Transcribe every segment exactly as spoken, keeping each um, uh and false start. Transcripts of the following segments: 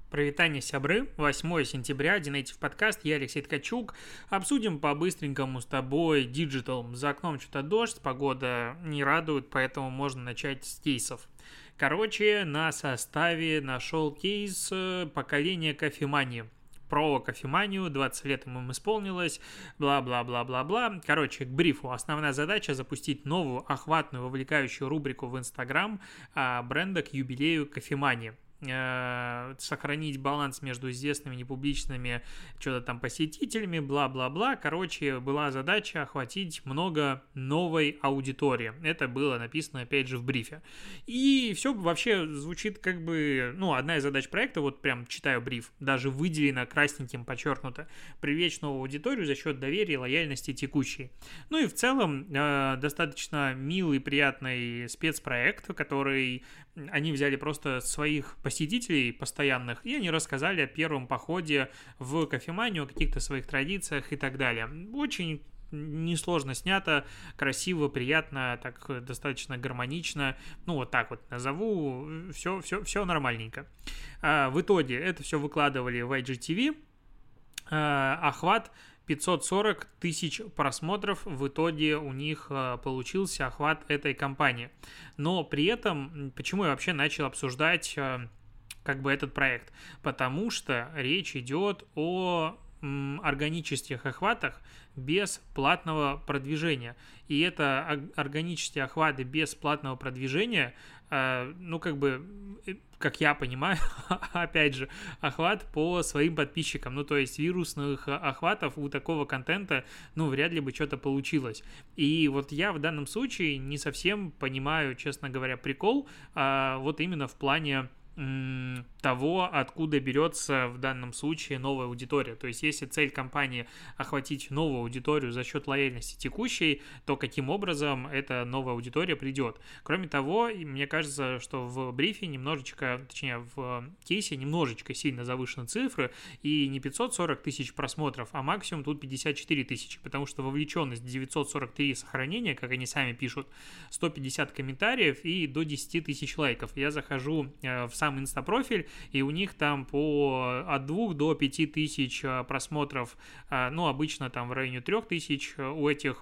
Привитание, сябры. восьмое сентября, Динейтив подкаст, я Алексей Ткачук. Обсудим по-быстренькому с тобой диджитал. За окном что-то дождь, погода не радует, поэтому можно начать с кейсов. Короче, на составе нашел кейс поколения кофемании. Про кофеманию, двадцать лет ему исполнилось, бла-бла-бла-бла-бла. Короче, к брифу. Основная задача — запустить новую охватную, вовлекающую рубрику в Инстаграм бренда к юбилею кофемании. Сохранить баланс между известными непубличными что-то там посетителями, бла-бла-бла. Короче, была задача охватить много новой аудитории. Это было написано, опять же, в брифе. И все вообще звучит как бы, ну, одна из задач проекта, вот прям читаю бриф, даже выделено красненьким, подчеркнуто: привлечь новую аудиторию за счет доверия и лояльности текущей. Ну и в целом э, достаточно милый, приятный спецпроект, который они взяли просто своих посетителей постоянных, и они рассказали о первом походе в кофеманию, о каких-то своих традициях и так далее. Очень несложно снято, красиво, приятно, так достаточно гармонично. Ну, вот так вот назову. Все, все, все нормальненько. А в итоге это все выкладывали в ай джи ти ви. А, охват пятьсот сорок тысяч просмотров в итоге у них э, получился охват этой компании. Но при этом, почему я вообще начал обсуждать э, как бы этот проект? Потому что речь идет о м, органических охватах без платного продвижения. И это органические охваты без платного продвижения, э, ну как бы, как я понимаю, опять же, охват по своим подписчикам. Ну, то есть вирусных охватов у такого контента, ну, вряд ли бы что-то получилось. И вот я в данном случае не совсем понимаю, честно говоря, прикол, а вот именно в плане м- того, откуда берется в данном случае новая аудитория. То есть, если цель компании охватить новую аудиторию за счет лояльности текущей, то каким образом эта новая аудитория придет? Кроме того, мне кажется, что в брифе немножечко, точнее, в кейсе немножечко сильно завышены цифры, и не пятьсот сорок тысяч просмотров, а максимум тут пятьдесят четыре тысячи, потому что вовлеченность девятьсот сорок три сохранения, как они сами пишут, сто пятьдесят комментариев и до десять тысяч лайков. Я захожу в сам инстапрофиль, и у них там по от двух до пяти тысяч просмотров, ну, обычно там в районе трех тысяч у этих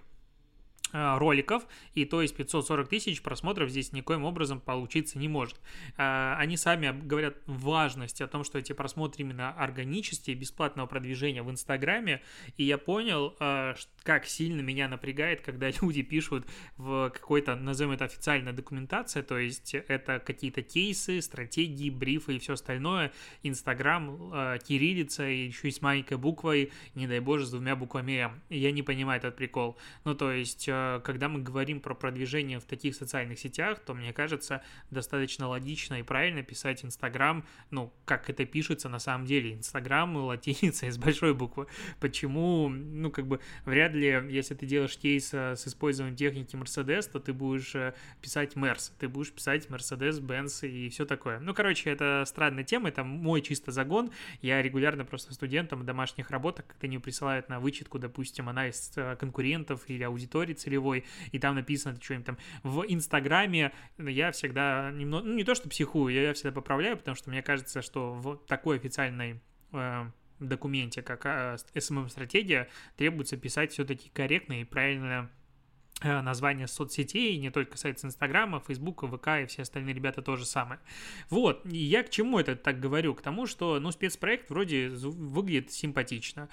роликов, и то есть пятьсот сорок тысяч просмотров здесь никоим образом получиться не может. Они сами говорят важность о том, что эти просмотры именно органические, бесплатного продвижения в Инстаграме, и я понял, как сильно меня напрягает, когда люди пишут в какой-то, назовем это, официальная документация, то есть это какие-то кейсы, стратегии, брифы и все остальное. Инстаграм, кириллица, и еще и с маленькой буквой, не дай боже, с двумя буквами М. Я не понимаю этот прикол. Ну, то есть когда мы говорим про продвижение в таких социальных сетях, то, мне кажется, достаточно логично и правильно писать Инстаграм, ну, как это пишется на самом деле. Инстаграм латиница из большой буквы. Почему, ну, как бы, вряд ли, если ты делаешь кейс с использованием техники Mercedes, то ты будешь писать Мерс, ты будешь писать Mercedes, Benz и все такое. Ну, короче, это странная тема, это мой чисто загон. Я регулярно просто студентам домашних работах, когда они присылают на вычетку, допустим, анализ конкурентов или аудитории целевой, и там написано что-нибудь там в Инстаграме, я всегда немного, ну не то что психую, я всегда поправляю, потому что мне кажется, что в такой официальной э, документе, как э, эс эм эм-стратегия, требуется писать все-таки корректно и правильно название соцсетей, не только сайт с Инстаграма, Фейсбука, ВК и все остальные ребята то же самое. Вот, и я к чему это так говорю? К тому, что, ну, спецпроект вроде выглядит симпатично,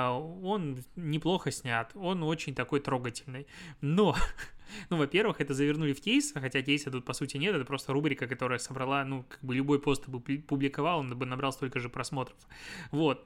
он неплохо снят, он очень такой трогательный, но... Ну, во-первых, это завернули в кейс, хотя кейса тут, по сути, нет, это просто рубрика, которая собрала, ну, как бы любой пост бы публиковал, он бы набрал столько же просмотров. Вот,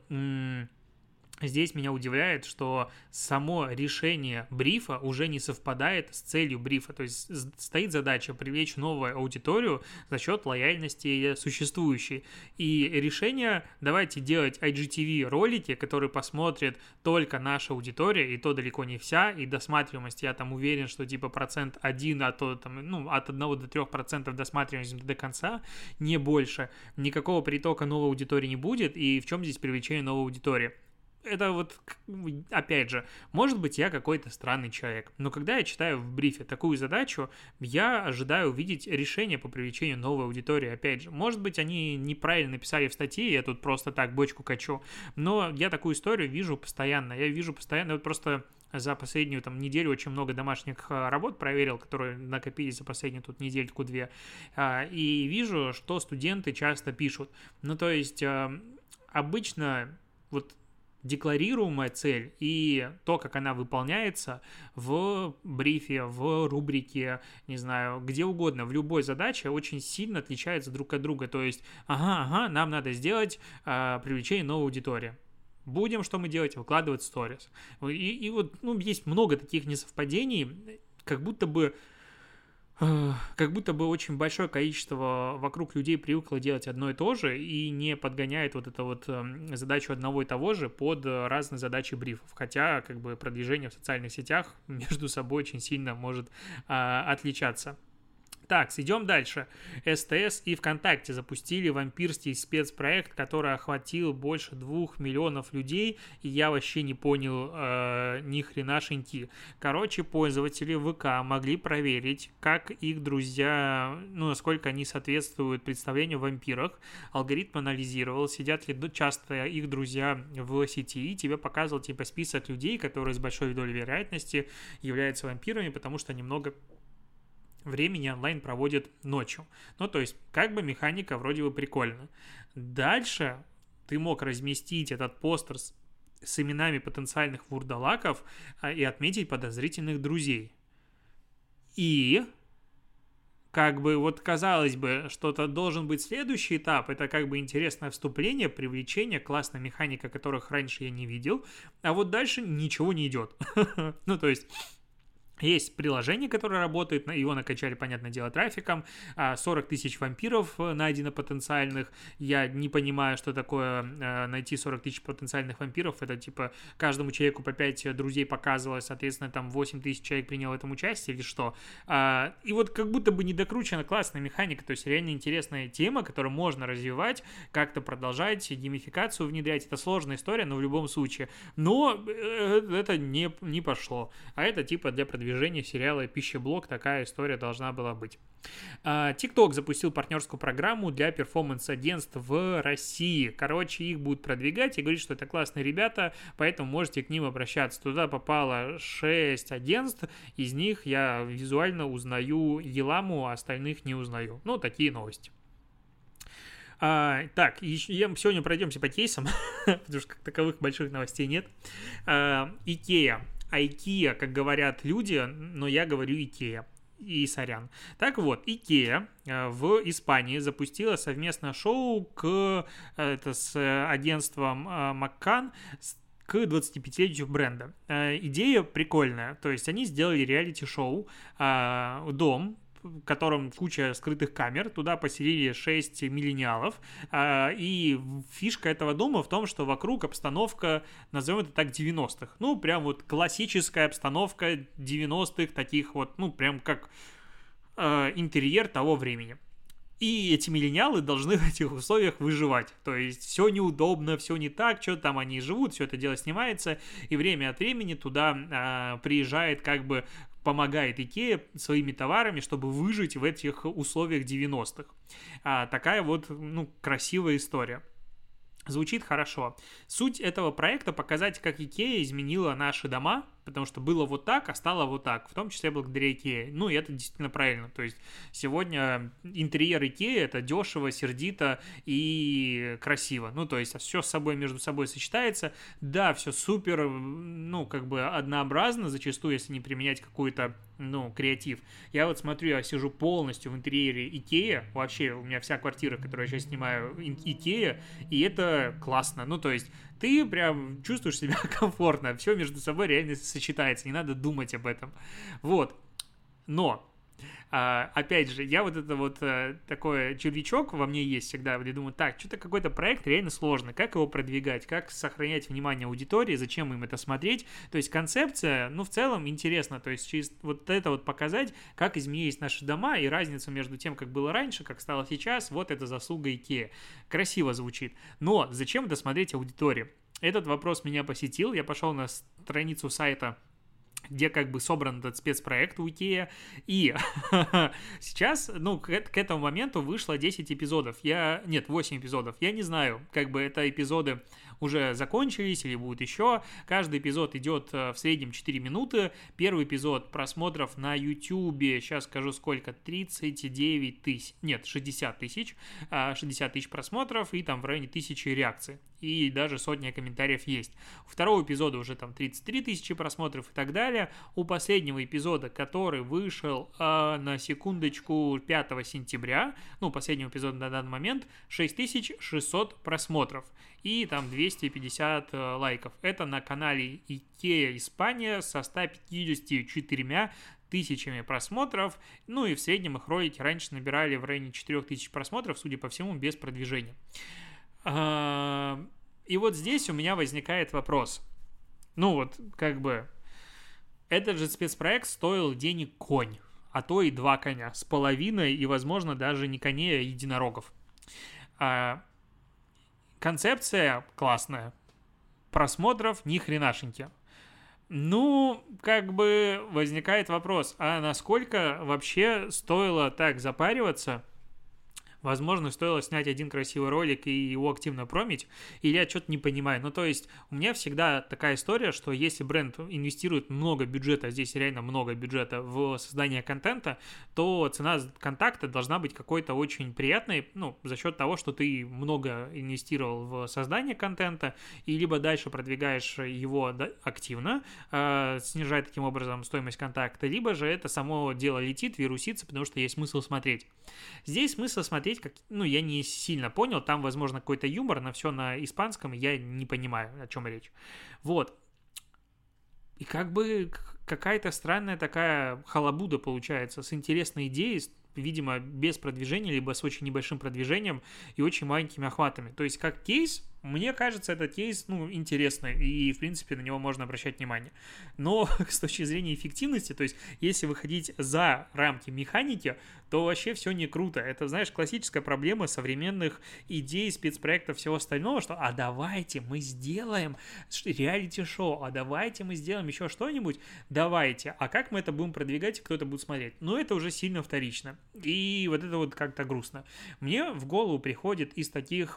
здесь меня удивляет, что само решение брифа уже не совпадает с целью брифа. То есть стоит задача привлечь новую аудиторию за счет лояльности существующей. И решение: давайте делать ай джи ти ви ролики, которые посмотрит только наша аудитория, и то далеко не вся, и досматриваемость, я там уверен, что типа процент один, а то там, ну, от одного до трёх процентов досматриваемости до конца, не больше. Никакого притока новой аудитории не будет, и в чем здесь привлечение новой аудитории? это вот, опять же, может быть, я какой-то странный человек, но когда я читаю в брифе такую задачу, я ожидаю увидеть решение по привлечению новой аудитории, опять же. Может быть, они неправильно написали в статье, я тут просто так бочку качу, но я такую историю вижу постоянно, я вижу постоянно, вот просто за последнюю там неделю очень много домашних работ проверил, которые накопились за последнюю тут недельку-две, и вижу, что студенты часто пишут. Ну, то есть, обычно вот декларируемая цель и то, как она выполняется в брифе, в рубрике, не знаю, где угодно, в любой задаче очень сильно отличаются друг от друга. То есть, ага, ага, нам надо сделать а, привлечение новой аудитории. Будем, что мы делать? Выкладывать сторис. И, и вот, ну, есть много таких несовпадений, как будто бы как будто бы очень большое количество вокруг людей привыкло делать одно и то же и не подгоняет вот эту вот задачу одного и того же под разные задачи брифов. Хотя, как бы, продвижение в социальных сетях между собой очень сильно может а, отличаться. Так, идем дальше. СТС и ВКонтакте запустили вампирский спецпроект, который охватил больше двух миллионов людей, и я вообще не понял э, ни хренашеньки. Короче, пользователи ВК могли проверить, как их друзья, ну, насколько они соответствуют представлению о вампирах. Алгоритм анализировал, сидят ли часто их друзья в сети, и тебе показывал типа список людей, которые с большой долей вероятности являются вампирами, потому что они много времени онлайн проводят ночью. Ну, то есть, как бы механика вроде бы прикольная. Дальше ты мог разместить этот постер с, с именами потенциальных вурдалаков а, и отметить подозрительных друзей. И, как бы, вот казалось бы, что-то должен быть следующий этап, это как бы интересное вступление, привлечение, классная механика, которых раньше я не видел, а вот дальше ничего не идет. Ну, то есть... Есть приложение, которое работает, его накачали, понятное дело, трафиком, сорок тысяч вампиров найдено потенциальных, я не понимаю, что такое найти сорок тысяч потенциальных вампиров, это типа каждому человеку по пять друзей показывалось, соответственно, там восемь тысяч человек приняло в этом участие или что, и вот как будто бы недокручена классная механика, то есть реально интересная тема, которую можно развивать, как-то продолжать, геймификацию внедрять, это сложная история, но в любом случае, но это не, не пошло, а это типа для продвижения сериала «Пищеблок», такая история должна была быть. TikTok запустил партнерскую программу для перформанс-агентств в России. Короче, их будут продвигать и говорить, что это классные ребята, поэтому можете к ним обращаться. Туда попало шесть агентств, из них я визуально узнаю Еламу, а остальных не узнаю. Ну, такие новости. А, так, еще, сегодня пройдемся по кейсам, потому что как таковых больших новостей нет. А, Икея. IKEA, как говорят люди, но я говорю Икея. И сорян. Так вот, Икея в Испании запустила совместное шоу к, это, с агентством Маккан к двадцатипятилетию бренда. Идея прикольная. То есть они сделали реалити-шоу «Дом», в котором куча скрытых камер, туда поселили шесть миллениалов, и фишка этого дома в том, что вокруг обстановка, назовем это так, девяностых. Ну, прям вот классическая обстановка девяностых, таких вот, ну, прям как э, интерьер того времени. И эти миллениалы должны в этих условиях выживать. То есть все неудобно, все не так, что там они живут, все это дело снимается, и время от времени туда э, приезжает, как бы помогает Икея своими товарами, чтобы выжить в этих условиях девяностых. А, такая вот, ну, красивая история. Звучит хорошо. Суть этого проекта — показать, как Икея изменила наши дома, потому что было вот так, а стало вот так, в том числе благодаря Икее. Ну, и это действительно правильно. То есть сегодня интерьер Икеи — это дешево, сердито и красиво. Ну, то есть все с собой между собой сочетается. Да, все супер, ну, как бы однообразно зачастую, если не применять какой-то, ну, креатив. Я вот смотрю, я сижу полностью в интерьере Икея. Вообще, у меня вся квартира, которую я сейчас снимаю, Икея, и это классно. Ну, то есть ты прям чувствуешь себя комфортно, все между собой реально сочетается, не надо думать об этом. Вот. Но, а, опять же, я вот это вот а, такой червячок во мне есть всегда, я думаю, так, что-то какой-то проект реально сложно, как его продвигать, как сохранять внимание аудитории, зачем им это смотреть, то есть концепция, ну, в целом интересно, то есть через вот это вот показать, как изменились наши дома и разницу между тем, как было раньше, как стало сейчас, вот это заслуга Икеи. Красиво звучит, но зачем это смотреть аудитории? этот вопрос меня посетил, я пошел на страницу сайта, где как бы собран этот спецпроект у Икея, и сейчас, ну, к, к этому моменту вышло десять эпизодов, я, нет, восемь эпизодов, я не знаю, как бы это эпизоды уже закончились или будут еще, каждый эпизод идет в среднем четыре минуты, первый эпизод просмотров на ютубе, сейчас скажу сколько, тридцать девять тысяч, нет, шестьдесят тысяч, шестьдесят тысяч просмотров и там в районе тысячи реакций, и даже сотня комментариев есть. У второго эпизода уже там тридцать три тысячи просмотров и так далее. У последнего эпизода, который вышел э, на секундочку пятого сентября, ну, последнего эпизода на данный момент, шесть тысяч шестьсот просмотров и там двести пятьдесят э, лайков. Это на канале Икея Испания со ста пятьюдесятью четырьмя тысячами просмотров, ну и в среднем их ролики раньше набирали в районе четырех тысяч просмотров, судя по всему, без продвижения. И вот здесь у меня возникает вопрос. Ну вот, как бы, этот же спецпроект стоил денег конь, а то и два коня, с половиной и, возможно, даже не коней, а единорогов. Концепция классная, просмотров ни хренашеньки. Ну, как бы возникает вопрос, а насколько вообще стоило так запариваться? Возможно, стоило снять один красивый ролик и его активно промить, или я что-то не понимаю. Ну, то есть, у меня всегда такая история, что если бренд инвестирует много бюджета, здесь реально много бюджета в создание контента, то цена контакта должна быть какой-то очень приятной, ну, за счет того, что ты много инвестировал в создание контента, и либо дальше продвигаешь его активно, э, снижая таким образом стоимость контакта, либо же это само дело летит, вирусится, потому что есть смысл смотреть. Здесь смысл смотреть, как, ну, я не сильно понял, там, возможно, какой-то юмор, но все на испанском, я не понимаю, о чем речь. Вот. И как бы какая-то странная такая халабуда получается, с интересной идеей, видимо, без продвижения, либо с очень небольшим продвижением и очень маленькими охватами. То есть, как кейс, мне кажется, этот кейс, ну, интересный, и, в принципе, на него можно обращать внимание. Но с точки зрения эффективности, то есть, если выходить за рамки механики, то вообще все не круто. Это, знаешь, классическая проблема современных идей, спецпроектов, всего остального, что «а давайте мы сделаем реалити-шоу, а давайте мы сделаем еще что-нибудь, давайте, а как мы это будем продвигать, и кто это будет смотреть?» Ну, это уже сильно вторично. И вот это вот как-то грустно. Мне в голову приходит из таких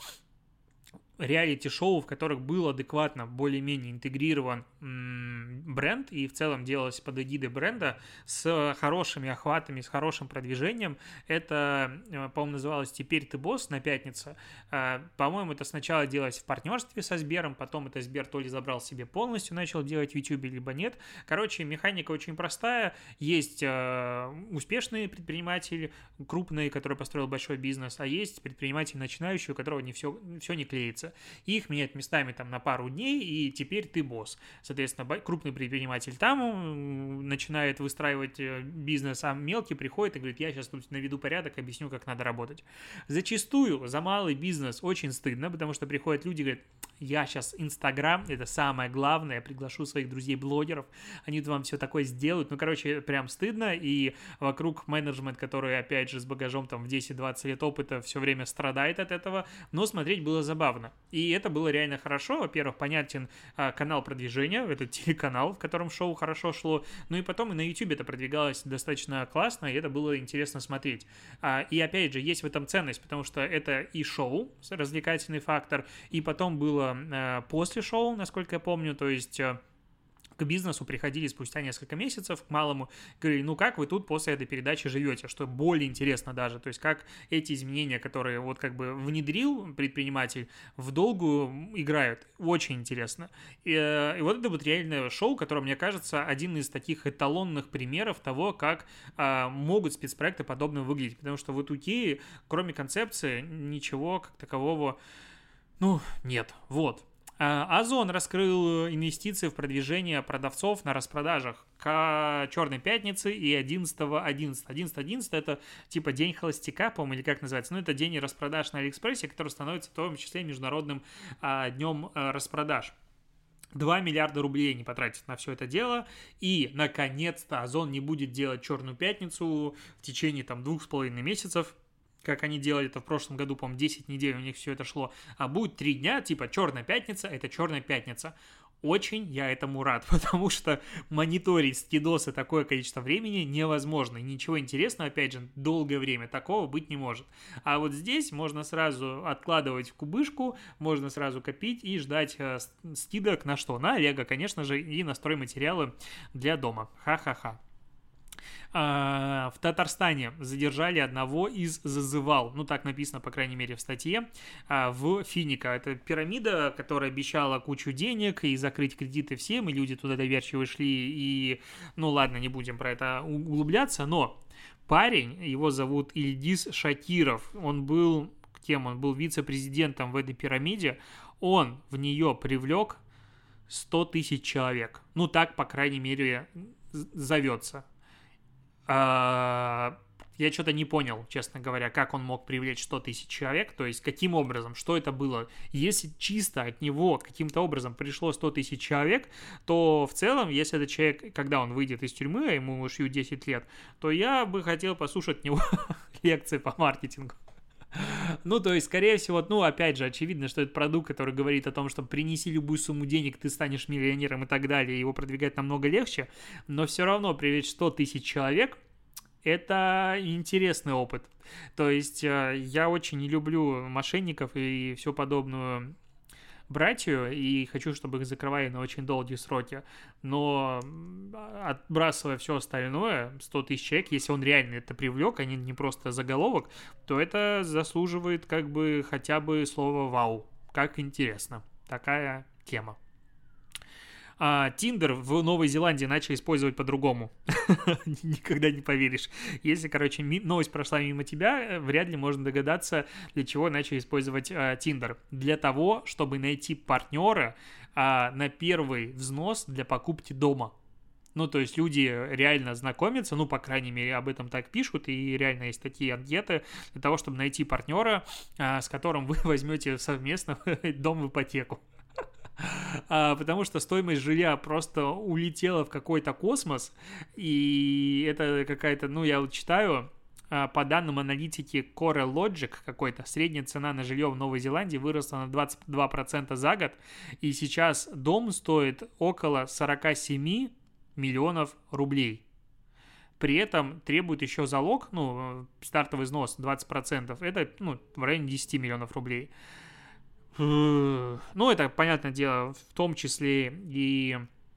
реалити-шоу, в которых был адекватно более-менее интегрирован м- бренд и в целом делалось под эгидой бренда с хорошими охватами, с хорошим продвижением. Это, по-моему, называлось «Теперь ты босс» на пятнице. По-моему, это сначала делалось в партнерстве со Сбером, потом это Сбер то ли забрал себе полностью, начал делать в Ютубе, либо нет. Короче, механика очень простая. Есть успешные предприниматели, крупные, которые построил большой бизнес, а есть предприниматель начинающий, у которого не все, все не клеится. Их меняют местами там на пару дней, и теперь ты босс. Соответственно, крупный предприниматель там начинает выстраивать бизнес, а мелкий приходит и говорит: я сейчас тут наведу порядок, объясню, как надо работать. Зачастую за малый бизнес очень стыдно, потому что приходят люди и говорят: я сейчас Инстаграм, это самое главное, я приглашу своих друзей-блогеров, они вам все такое сделают. Ну, короче, прям стыдно, и вокруг менеджмент, который, опять же, с багажом там в десять-двадцать лет опыта, все время страдает от этого, но смотреть было забавно. И это было реально хорошо. Во-первых, понятен а, канал продвижения, это телеканал, в котором шоу хорошо шло, ну и потом и на YouTube это продвигалось достаточно классно, и это было интересно смотреть. А, и опять же, есть в этом ценность, потому что это и шоу, развлекательный фактор, и потом было а, после шоу, насколько я помню, то есть... к бизнесу приходили спустя несколько месяцев, к малому, говорили: ну как вы тут после этой передачи живете, что более интересно даже, то есть как эти изменения, которые вот как бы внедрил предприниматель, в долгую играют, очень интересно. И, и вот это вот реальное шоу, которое, мне кажется, один из таких эталонных примеров того, как а, могут спецпроекты подобно выглядеть, потому что вот у Икеи, кроме концепции, ничего как такового, ну, нет, вот. Озон раскрыл инвестиции в продвижение продавцов на распродажах к Черной пятнице и одиннадцатого одиннадцатого. одиннадцатое одиннадцатое это типа день холостяка, по-моему, или как называется. Ну, это день распродаж на Алиэкспрессе, который становится в том числе международным а, днем а, распродаж. два миллиарда рублей они потратят на все это дело, и, наконец-то, Озон не будет делать Черную пятницу в течение там двух с половиной месяцев. как они делали это в прошлом году, по-моему, десять недель у них все это шло, а будет три дня, типа черная пятница, это черная пятница. Очень я этому рад, потому что мониторить скидосы такое количество времени невозможно. И ничего интересного, опять же, долгое время такого быть не может. А вот здесь можно сразу откладывать в кубышку, можно сразу копить и ждать э, скидок на что? На Лего, конечно же, и на стройматериалы для дома. Ха-ха-ха. В Татарстане задержали одного из зазывал, ну так написано, по крайней мере, в статье, в Финика. Это пирамида, которая обещала кучу денег и закрыть кредиты всем, и люди туда доверчиво шли, и, ну ладно, не будем про это углубляться, но парень, его зовут Ильдис Шакиров, он был, кем он был, вице-президентом в этой пирамиде, он в нее привлек сто тысяч человек, ну так, по крайней мере, зовется. Я что-то не понял, честно говоря, как он мог привлечь сто тысяч человек, то есть каким образом, что это было. Если чисто от него каким-то образом пришло сто тысяч человек, то в целом, если этот человек, когда он выйдет из тюрьмы, а ему уж десять лет, то я бы хотел послушать от него лекции по маркетингу. Ну, то есть, скорее всего, ну, опять же, очевидно, что это продукт, который говорит о том, что принеси любую сумму денег, ты станешь миллионером и так далее, его продвигать намного легче, но все равно привлечь сто тысяч человек – это интересный опыт. То есть, я очень не люблю мошенников и всю подобную братью, и хочу, чтобы их закрывали на очень долгие сроки, но отбрасывая все остальное, сто тысяч человек, если он реально это привлек, а не просто заголовок, то это заслуживает как бы хотя бы слова «вау». Как интересно. Такая тема. Тиндер в Новой Зеландии начали использовать по-другому. Никогда не поверишь. Если, короче, новость прошла мимо тебя, вряд ли можно догадаться, для чего начали использовать Тиндер. Для того, чтобы найти партнера на первый взнос для покупки дома. Ну, то есть люди реально знакомятся, ну, по крайней мере, об этом так пишут, и реально есть такие анкеты для того, чтобы найти партнера, с которым вы возьмете совместно дом в ипотеку. А, потому что стоимость жилья просто улетела в какой-то космос, и это какая-то, ну, я вот читаю, а, по данным аналитики CoreLogic какой-то, средняя цена на жилье в Новой Зеландии выросла на двадцать два процента за год, и сейчас дом стоит около сорок семь миллионов рублей. При этом требует еще залог, ну, стартовый взнос двадцать процентов, это, ну, в районе десять миллионов рублей. Ну, это, понятное дело, в том числе и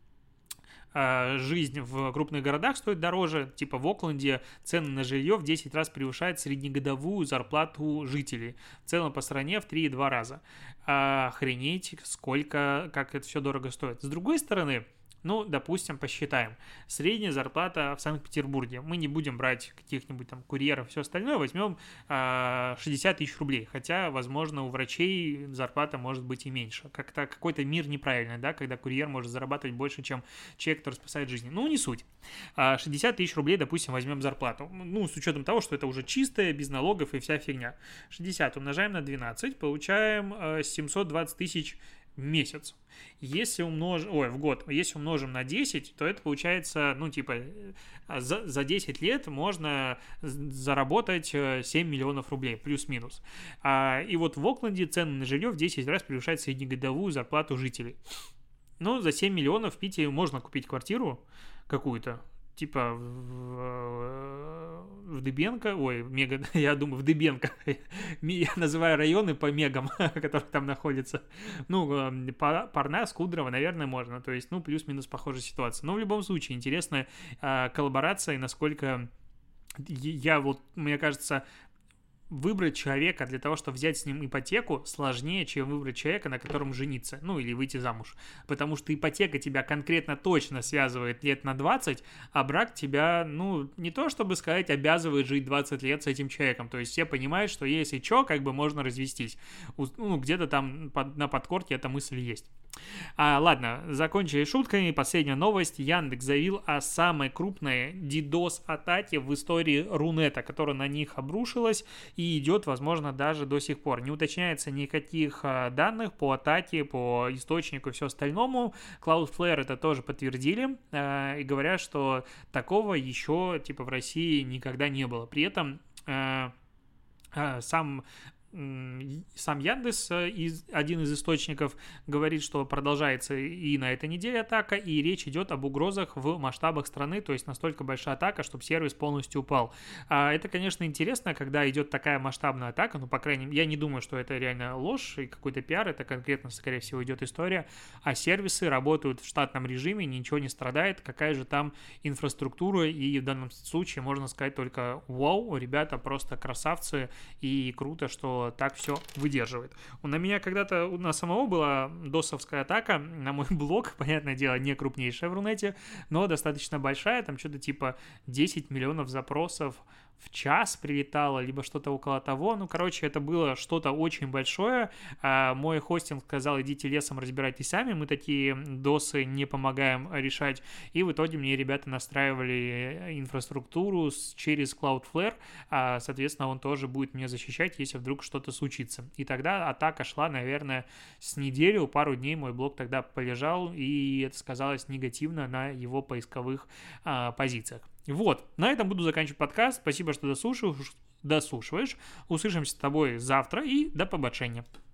э, жизнь в крупных городах стоит дороже. Типа в Окленде цены на жилье в десять раз превышают среднегодовую зарплату жителей. В целом по стране в три и два раза. Охренеть, сколько, как это все дорого стоит. С другой стороны, ну, допустим, посчитаем. Средняя зарплата в Санкт-Петербурге. Мы не будем брать каких-нибудь там курьеров, все остальное. Возьмем э, шестьдесят тысяч рублей. Хотя, возможно, у врачей зарплата может быть и меньше. Как-то какой-то мир неправильный, да, когда курьер может зарабатывать больше, чем человек, который спасает жизни. Ну, не суть. шестьдесят тысяч рублей, допустим, возьмем зарплату. Ну, с учетом того, что это уже чистая, без налогов и вся фигня. шестьдесят умножаем на двенадцать, получаем э, семьсот двадцать тысяч в месяц. Если умножим, ой, в год, если умножим на десять, то это получается, ну, типа, за, за десять лет можно заработать семь миллионов рублей, плюс-минус. А, и вот в Окленде цены на жилье в десять раз превышают среднегодовую зарплату жителей. Ну, за семь миллионов в Питере можно купить квартиру какую-то, типа в, в Дыбенко, ой, мега, я думаю, в Дыбенко, я называю районы по мегам, которые там находятся, ну, Парнас, Кудрово, наверное, можно, то есть, ну, плюс-минус похожая ситуация, но в любом случае интересная а, коллаборация, и насколько я вот, мне кажется, выбрать человека для того, чтобы взять с ним ипотеку, сложнее, чем выбрать человека, на котором жениться, ну, или выйти замуж. Потому что ипотека тебя конкретно точно связывает лет на двадцать, а брак тебя, ну, не то чтобы сказать, обязывает жить двадцать лет с этим человеком. То есть все понимают, что если что, как бы можно развестись. Ну, где-то там на подкорке эта мысль есть. А, ладно, закончили шутками. Последняя новость. Яндекс заявил о самой крупной дидос-атаке в истории Рунета, которая на них обрушилась и идет, возможно, даже до сих пор. Не уточняется никаких а, данных по атаке, по источнику и все остальному. Cloudflare это тоже подтвердили а, и говорят, что такого еще типа в России никогда не было. При этом а, сам Сам Яндекс, один из источников, говорит, что продолжается и на этой неделе атака, и речь идет об угрозах в масштабах страны, то есть настолько большая атака, чтобы сервис полностью упал. Это, конечно, интересно, когда идет такая масштабная атака, ну, по крайней мере, я не думаю, что это реально ложь и какой-то пиар, это конкретно, скорее всего, идет история, а сервисы работают в штатном режиме, ничего не страдает, какая же там инфраструктура, и в данном случае можно сказать только вау, ребята просто красавцы, и круто, что так все выдерживает. На меня когда-то, на самого была досовская атака на мой блог, понятное дело, не крупнейшая в Рунете, но достаточно большая, там что-то типа десять миллионов запросов в час прилетало, либо что-то около того. Ну, короче, это было что-то очень большое. А мой хостинг сказал, идите лесом, разбирайтесь сами. Мы такие досы не помогаем решать. И в итоге мне ребята настраивали инфраструктуру через Cloudflare. А, соответственно, он тоже будет меня защищать, если вдруг что-то случится. И тогда атака шла, наверное, с неделю, пару дней мой блог тогда полежал, и это сказалось негативно на его поисковых а, позициях. Вот, на этом буду заканчивать подкаст. Спасибо, что дослушаешь. дослушиваешь. Услышимся с тобой завтра и до побачення.